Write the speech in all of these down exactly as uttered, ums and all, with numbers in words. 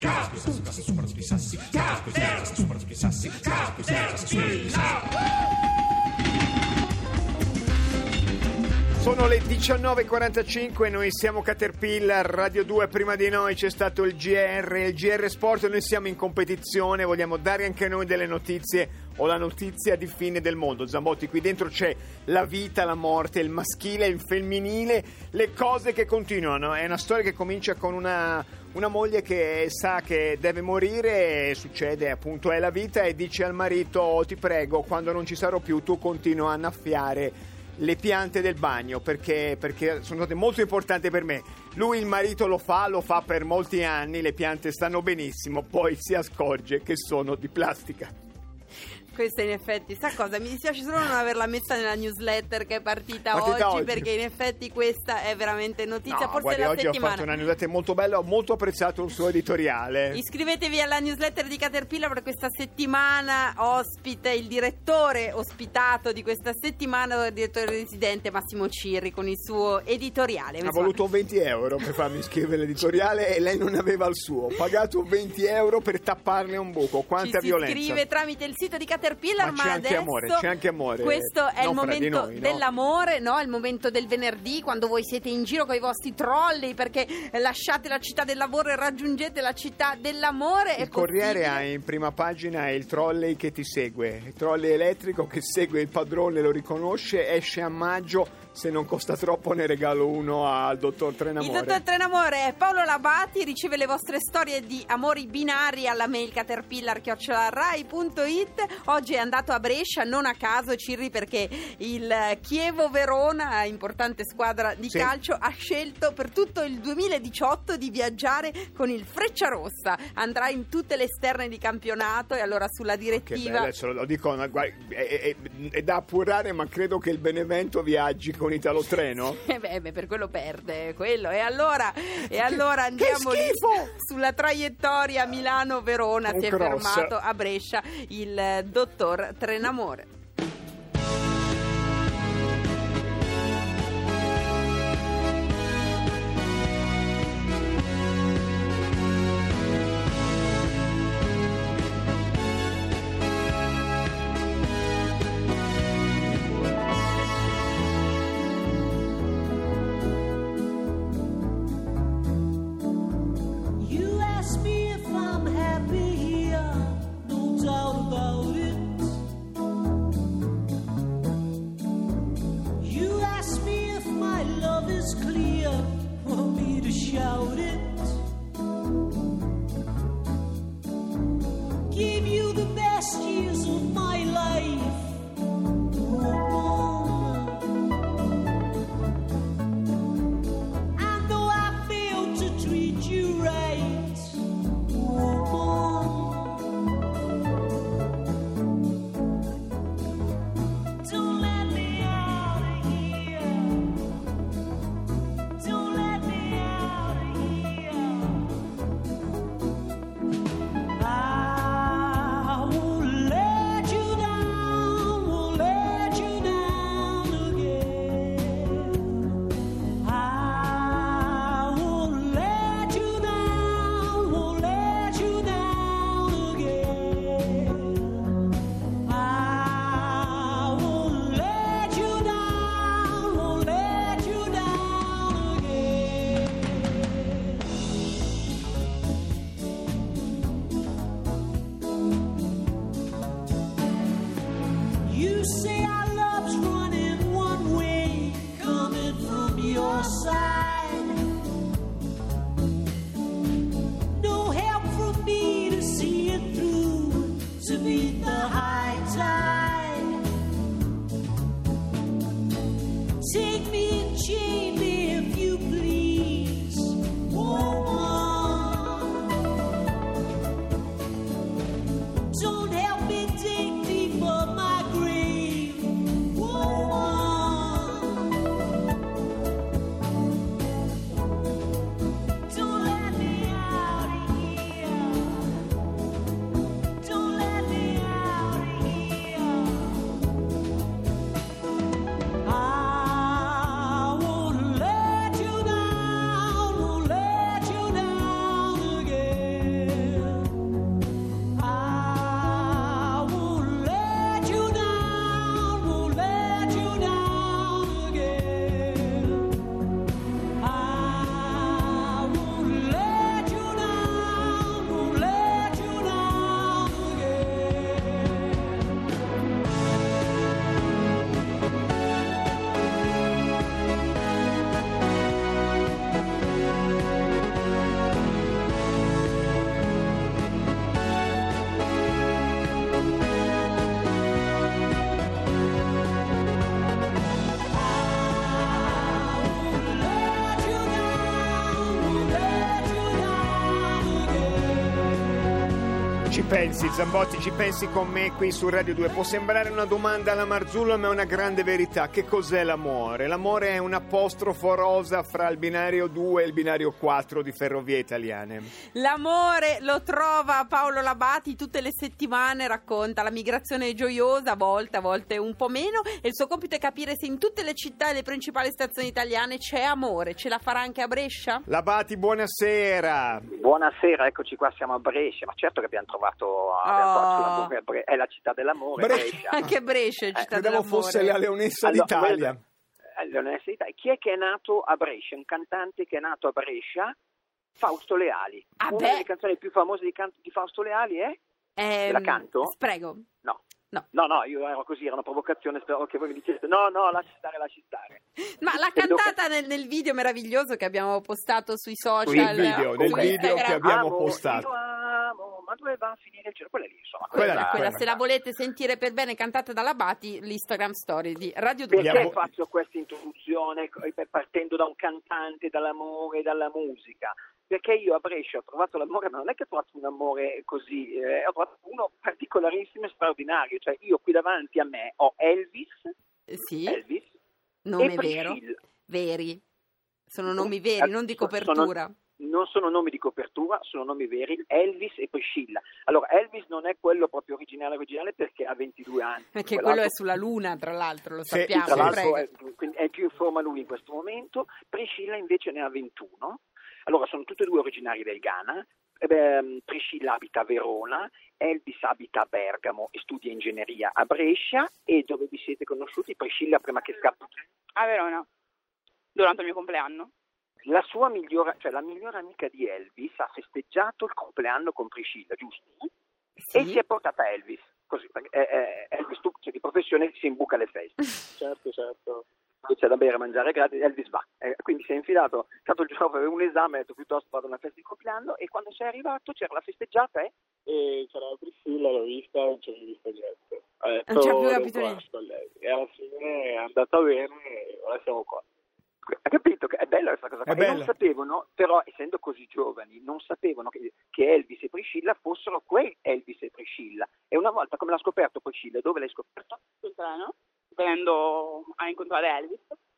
Sono le diciannove e quarantacinque, noi siamo Caterpillar, Radio due, prima di noi c'è stato il G R, il G R Sport, noi siamo in competizione, vogliamo dare anche noi delle notizie o la notizia di fine del mondo. Zambotti, qui dentro c'è la vita, la morte, il maschile, il femminile, le cose che continuano. È una storia che comincia con una, una moglie che sa che deve morire, e succede appunto, è la vita, e dice al marito: ti prego, quando non ci sarò più tu continua a annaffiare le piante del bagno perché, perché sono state molto importanti per me. Lui, il marito, lo fa, lo fa per molti anni, le piante stanno benissimo, poi si accorge che sono di plastica. Questa in effetti, sa cosa? Mi dispiace solo non averla messa nella newsletter che è partita, partita oggi, oggi, perché in effetti questa è veramente notizia, no, forse guardi, la oggi settimana. ho fatto una newsletter molto bella, ho molto apprezzato il suo editoriale. Iscrivetevi alla newsletter di Caterpillar, per questa settimana ospite il direttore ospitato di questa settimana, il direttore residente Massimo Cirri, con il suo editoriale. Ha Insomma, voluto venti euro per farmi scrivere l'editoriale e lei non aveva il suo. Ho pagato venti euro per tapparle un buco. Quanta ci violenza. Si scrive tramite il sito di Caterpillar, ma, ma c'è anche adesso amore, c'è anche amore. Questo è non il momento noi, no? dell'amore, no? Il momento del venerdì, quando voi siete in giro con i vostri trolley perché lasciate la città del lavoro e raggiungete la città dell'amore. Il Corriere ha in prima pagina il trolley che ti segue, il trolley elettrico che segue il padrone, lo riconosce, esce a maggio. Se non costa troppo ne regalo uno al dottor Trenamore. Il dottor Trenamore, Paolo Labati, riceve le vostre storie di amori binari alla mail caterpillar chiocciola rai punto it. Oggi è andato a Brescia, non a caso, Cirri, perché il Chievo Verona, importante squadra di sì. calcio, ha scelto per tutto il duemiladiciotto di viaggiare con il Frecciarossa. Andrà in tutte le esterne di campionato, e allora sulla direttiva... Che adesso lo dico, guarda, è, è, è da appurare, ma credo che il Benevento viaggi con Italo Treno. Eh beh, beh, per quello perde quello. E allora, e allora andiamo lì sulla traiettoria Milano-Verona. Un si è cross. fermato a Brescia il dottor Trenamore. Don't help me dig deep for my grave. Ci pensi, Zambotti, ci pensi con me qui su Radio due. Può sembrare una domanda alla Marzullo, ma è una grande verità. Che cos'è l'amore? L'amore è un apostrofo rosa fra il binario due e il binario quattro di Ferrovie Italiane. L'amore lo trova Paolo Labati tutte le settimane, racconta la migrazione gioiosa, a volte, a volte un po' meno, e il suo compito è capire se in tutte le città e le principali stazioni italiane c'è amore. Ce la farà anche a Brescia? Labati, buonasera. Buonasera, eccoci qua, siamo a Brescia, ma certo che abbiamo trovato, abbiamo trovato l'amore a Bre- è la città dell'amore, Bre- Brescia. Anche Brescia è Eh, città Credevo dell'amore. fosse la leonessa Allora, d'Italia. eh, Leonessa d'Italia. Chi è che è nato a Brescia? Un cantante che è nato a Brescia? Fausto Leali. Ah, Una beh. delle canzoni più famose di, can- di Fausto Leali è? Ehm, Te la canto? Prego. No. No. No, no, io ero così, era una provocazione, spero che voi mi diceste no, no, lasci stare, lasci stare. Ma l'ha Credo cantata nel, nel video meraviglioso che abbiamo postato sui social, Nel video, su nel video Instagram. che abbiamo Amo, postato. Io amo, ma dove va a finire il cielo? Quella lì, insomma. Quella Quella, lì, quella, quella. se la volete sentire per bene cantata da Labati, l'Instagram story di Radio due. Perché Abbiamo- faccio questa introduzione eh, partendo da un cantante, dall'amore e dalla musica? Perché io a Brescia ho trovato l'amore, ma non è che ho trovato un amore così, eh, ho trovato uno particolarissimo e straordinario. Cioè io qui davanti a me ho Elvis, Eh, Sì, Elvis nome e vero, Priscilla. veri. Sono nomi veri, non di copertura. Sono- non sono nomi di copertura, sono nomi veri, Elvis e Priscilla. Allora, Elvis non è quello proprio originale originale perché ha ventidue anni. Perché quello Quell'altro- è sulla Luna, tra l'altro, lo Sì, sappiamo. Tra sì, l'altro prego. è, quindi è più in forma lui in questo momento. Priscilla invece ne ha ventuno. Allora sono tutti e due originari del Ghana. Eh beh, Priscilla abita a Verona, Elvis abita a Bergamo e studia ingegneria a Brescia. E dove vi siete conosciuti? Priscilla prima che scappi. A Verona, durante il mio compleanno. La sua migliore, cioè la migliore amica di Elvis ha festeggiato il compleanno con Priscilla, giusto? Sì. E si è portata Elvis, così, perché eh, eh, Elvis tu, cioè, di professione si imbuca le feste. certo, certo. C'è da bere, mangiare gratis, Elvis va. Eh, quindi si è infilato, è stato il giorno per un esame, ha detto piuttosto vado a una festa di compleanno, e quando sei arrivato c'era la festeggiata, eh? E c'era la Priscilla, l'ho vista, non c'è più visto niente. Ho detto, Non c'è più "Devo capito qua niente." con lei. E alla fine è andata bene e ora siamo qua. Ha capito che è bella questa cosa qua. È E non bella. sapevano, però essendo così giovani, non sapevano che, che Elvis e Priscilla fossero quei Elvis e Priscilla. E una volta, come l'ha scoperto Priscilla, dove l'hai scoperto? Sul treno, venendo a incontrare Elvis,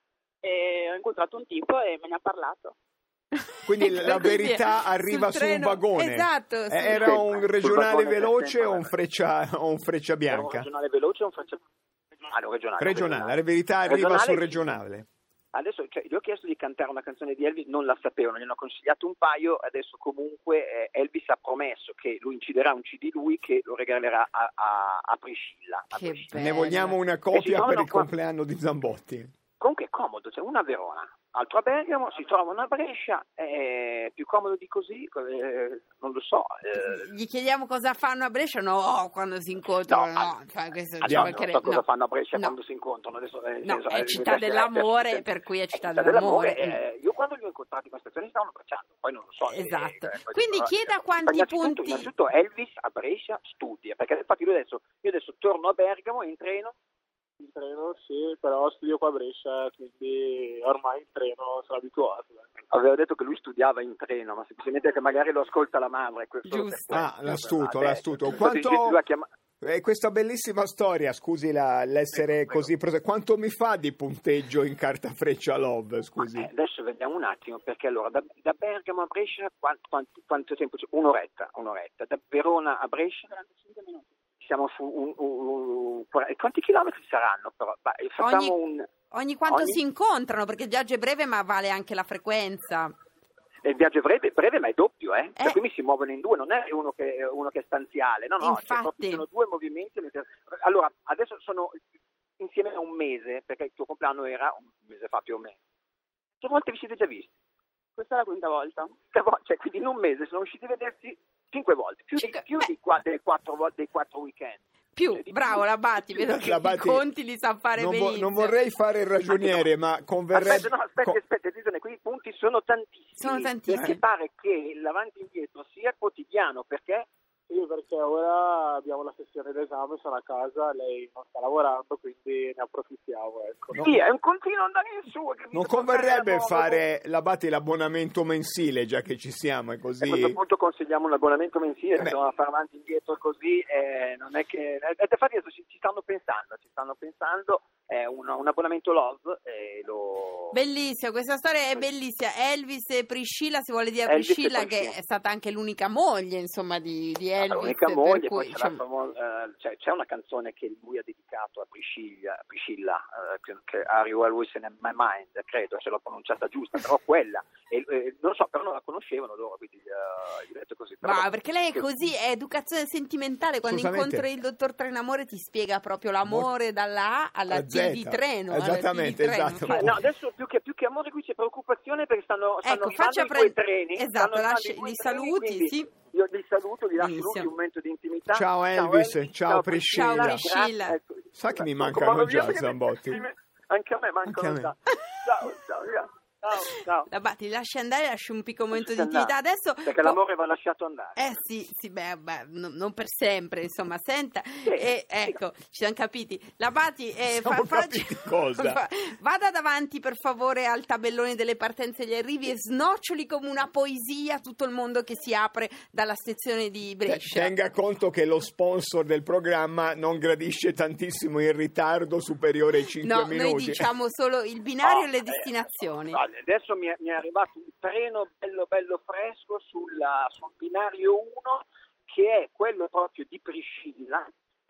e ho incontrato un tipo e me ne ha parlato. Quindi la Così, verità arriva sul su un treno. vagone. Esatto, Eh, sul- Era un Sul regionale vagone c'è veloce sempre o un la- freccia, o un freccia Era un bianca? regionale veloce o un freccia... Ah, no, regionale. Regionale, la verità arriva Regionale, sul sì. regionale. Adesso cioè, gli ho chiesto di cantare una canzone di Elvis, non la sapevano, gli hanno consigliato un paio, adesso comunque eh, Elvis ha promesso che lui inciderà un C D lui che lo regalerà a, a, a Priscilla. A Che Priscilla. bello. Ne vogliamo una E si copia per trovano il qua- compleanno di Zambotti. Comunque è comodo, cioè una a Verona, altro a Bergamo, si trovano a Brescia, è più comodo di così, eh, non lo so. eh, Gli chiediamo cosa fanno a Brescia? No, quando si incontrano, no. ah, Cioè, questo ah, ci no, mancherebbe- non so cosa no. fanno a Brescia No. quando si incontrano. Adesso, eh, nel No, senso, è eh, città Brescia dell'amore, è- per cui è è città dell'amore. eh, io quando li ho incontrati in questa stazione stavano abbracciando, poi non lo so. eh, Esatto. eh, poi Quindi dico, chieda eh, quanti innanzitutto- punti- Innanzitutto Elvis a Brescia studia, perché infatti lui adesso, io adesso torno a Bergamo in treno. In treno sì, però studio qua a Brescia, quindi ormai in treno sono abituato. Avevo detto che lui studiava in treno, ma semplicemente che magari lo ascolta la madre. questo- Giusto. Ah, l'astuto, Vabbè, l'astuto. infatti Quanto... lui ha chiamato- E questa bellissima storia, scusi la- l'essere Prego, prego. così prese- quanto mi fa di punteggio in carta freccia Love, scusi? Eh, adesso vediamo un attimo, perché allora da, da Bergamo a Brescia quanto, quanto, quanto tempo c'è? Un'oretta, un'oretta. Da Verona a Brescia quarantacinque minuti. Siamo su un, un, un- un- quanti chilometri saranno però? Beh, facciamo Ogni- un Ogni quanto ogni- si incontrano, perché il viaggio è breve ma vale anche la frequenza. il viaggio è breve, breve ma è doppio, eh? Eh. Cioè, quindi si muovono in due, non è uno che, uno che è stanziale, no, no, cioè, Infatti. proprio sono due movimenti. Allora, adesso sono insieme a un mese, perché il tuo compleanno era un mese fa più o meno. Che volte vi siete già visti? Questa è la quinta volta. Che vo- Cioè, quindi in un mese sono riusciti a vedersi cinque volte, più, Cinque- di, più beh. di qua- delle quattro, vo- dei quattro weekend. Più, Cioè, di bravo più. Labati, vedo che Labati, i conti li sa fare non, vo- benissimo. non vorrei fare il ragioniere, ma converrebbe... Aspetta, no, aspetta, co- aspetta, attenzione, qui i punti sono tantissimi. Sono tantissimi. Perché pare che l'avanti e indietro sia quotidiano, perché Sì, perché perché ora abbiamo la sessione d'esame, sono a casa, lei non sta lavorando, quindi ne approfittiamo, ecco. Sì, è un continuo andare in su. Non converrebbe fare l'Abati l'abbonamento mensile, già che ci siamo, e così... A questo punto consigliamo un abbonamento mensile, Beh. insomma, fare avanti e indietro così, eh, non è che... Eh, infatti adesso ci, ci stanno pensando, ci stanno pensando, è un, un abbonamento Love, e lo... Bellissima, questa storia è bellissima. Elvis e Priscilla, si vuole dire Elvis e Priscilla, che Priscilla. è stata anche l'unica moglie, insomma, di, di Elvis. L'unica per moglie, cui, poi c'è, la diciamo, famo- eh, c'è, c'è una canzone che lui ha dedicato a Priscilla, Priscilla eh, che, che Are You Always in My Mind, credo, se l'ho pronunciata giusta, però quella, e, e, non so, però non la conoscevano loro, quindi eh, gli ho detto così. Però, ma perché lei è che- così, è educazione sentimentale. Quando Assolutamente. incontri il dottor Trenamore ti spiega proprio l'amore dalla A alla La T Z. di treno. alla T di Esattamente, treno. esatto. Ma no, adesso più che, più che amore qui c'è preoccupazione perché stanno, stanno Ecco, faccia arrivando i pre- due treni. esatto, stanno arrivando lasci- i due li treni, saluti, quindi sì. Io li saluto, gli lascio Benissimo. loro un momento di intimità. Ciao Elvis, ciao Priscilla. Ciao Priscilla. Ecco. Sa che mi Ecco, mancano vado già via perché- Zambotti? Anche a me mancano Anche a già. Ciao, ciao, via. Ciao, ciao. L'Abati, lasci andare, lasci un piccolo momento di Lasci intimità. andare, Adesso perché l'amore va lasciato andare. Eh sì, sì, beh, beh, no- non per sempre, insomma, senta, Sì, e, sì. ecco, ci siamo capiti. L'Abati, eh, Siamo capiti cosa? fa- vada davanti per favore al tabellone delle partenze e gli arrivi e snoccioli come una poesia tutto il mondo che si apre dalla stazione di Brescia. Tenga conto che lo sponsor del programma non gradisce tantissimo il ritardo superiore ai cinque No, minuti. noi diciamo solo il binario Oh, e le eh, destinazioni. no, adesso mi è, mi è arrivato un treno bello bello fresco sulla- sul binario uno, che è quello proprio di Priscilla,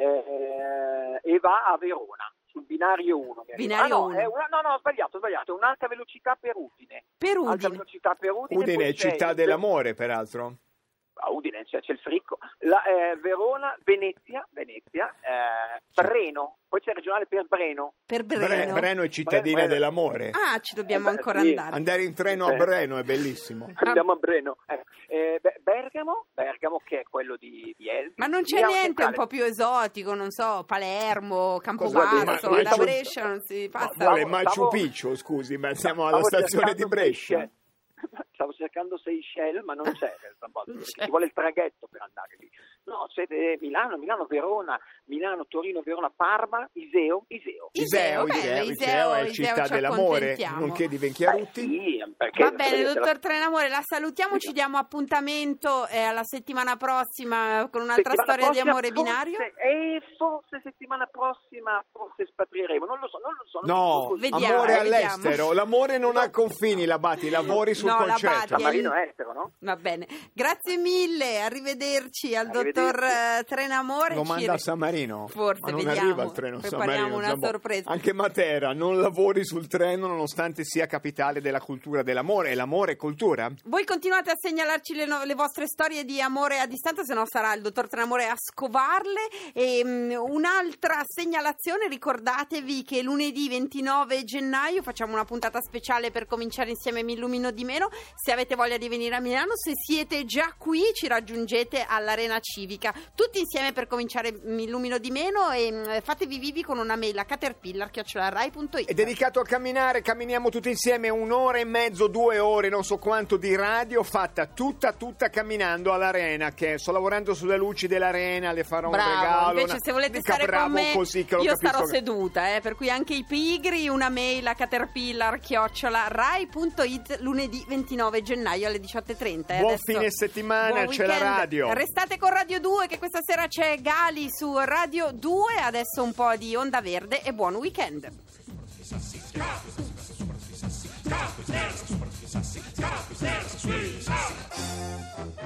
eh, e va a Verona sul binario uno. mi arriva. Binario ah, no, uno. è una- no, no, ho sbagliato, ho sbagliato, è un'alta velocità per Udine. Per Alta Udine. velocità per Udine. Udine poi è c'è città il- dell'amore, peraltro. A Udine c'è, c'è il fricco, la, eh, Verona, Venezia, Venezia, eh, Breno, poi c'è il regionale per Breno. Per Bre- Breno. Breno è cittadina Breno. dell'amore. Ah, ci dobbiamo Eh, beh, ancora sì. andare. Andare in treno a Sì. Breno è bellissimo. Andiamo a Breno. Eh, eh, beh, Bergamo, Bergamo che è quello di, di Elvis. Ma non c'è Milano niente un Centrale. po' più esotico, non so, Palermo, Ma- Campobasso, ma- da ma- Brescia non si passa. Vuole Stavo- Machu stavo- Picchu, scusi, ma siamo alla Stavo stazione di cercando Brescia. Seychelles. Stavo cercando Seychelles, ma non c'è, Non perché c'è. ci vuole il traghetto per andare lì. No, c'è eh, Milano, Milano, Verona, Milano, Torino, Verona, Parma, Iseo, Iseo. Iseo, Iseo, bene, Iseo, Iseo, Iseo è Iseo città ci dell'amore, accontentiamo. nonché di Eh, Venchiarutti. sì, perché Va bene, vedete, dottor la- Trenamore, la salutiamo, ci diamo appuntamento eh, alla settimana prossima con un'altra settimana storia di prossima, amore binario. forse- E forse settimana prossima forse espatrieremo, non lo so, non lo so. non No, so così. Vediamo, amore eh, vediamo. all'estero. L'amore non ha confini, L'Abati, lavori sul No, concetto. L'Abati San Marino è estero, no? Va bene, grazie mille, arrivederci al Arrivederci. dottor eh, Trenamore. Lo Ci- manda a San Marino. Forse, ma non vediamo. arriva il treno a San Prepariamo Marino. una Zambo. sorpresa. Anche Matera, non lavori sul treno nonostante sia capitale della cultura dell'amore. E l'amore è cultura? Voi continuate a segnalarci le, no- le vostre storie di amore a distanza, se no sarà il dottor Trenamore a scovarle. E, mm, un'altra segnalazione, ricordatevi che lunedì ventinove gennaio facciamo una puntata speciale per cominciare insieme Mi illumino di meno. Se avete voglia di venire a Milano, se siete già qui ci raggiungete all'Arena Civica, tutti insieme per cominciare Mi illumino di meno, e mm, fatevi vivi con una mail a caterpillar chiocciola rai punto it. È dedicato a camminare, camminiamo tutti insieme un'ora e mezzo, due ore, non so quanto di radio, fatta tutta tutta camminando all'Arena, che sto lavorando sulle luci dell'Arena, le farò Bravo, un regalo. invece una- se volete mica stare bravo con me così che lo io capisco starò che- seduta, eh, per cui anche i pigri, una mail a caterpillar chiocciola rai punto it lunedì ventinove gennaio alle diciotto e trenta. eh. Buon Adesso- fine settimana, buon c'è la weekend. radio. Restate con Radio due, che questa sera c'è Gali su Radio due, adesso un po' di Onda Verde e buon weekend. Squeeze out.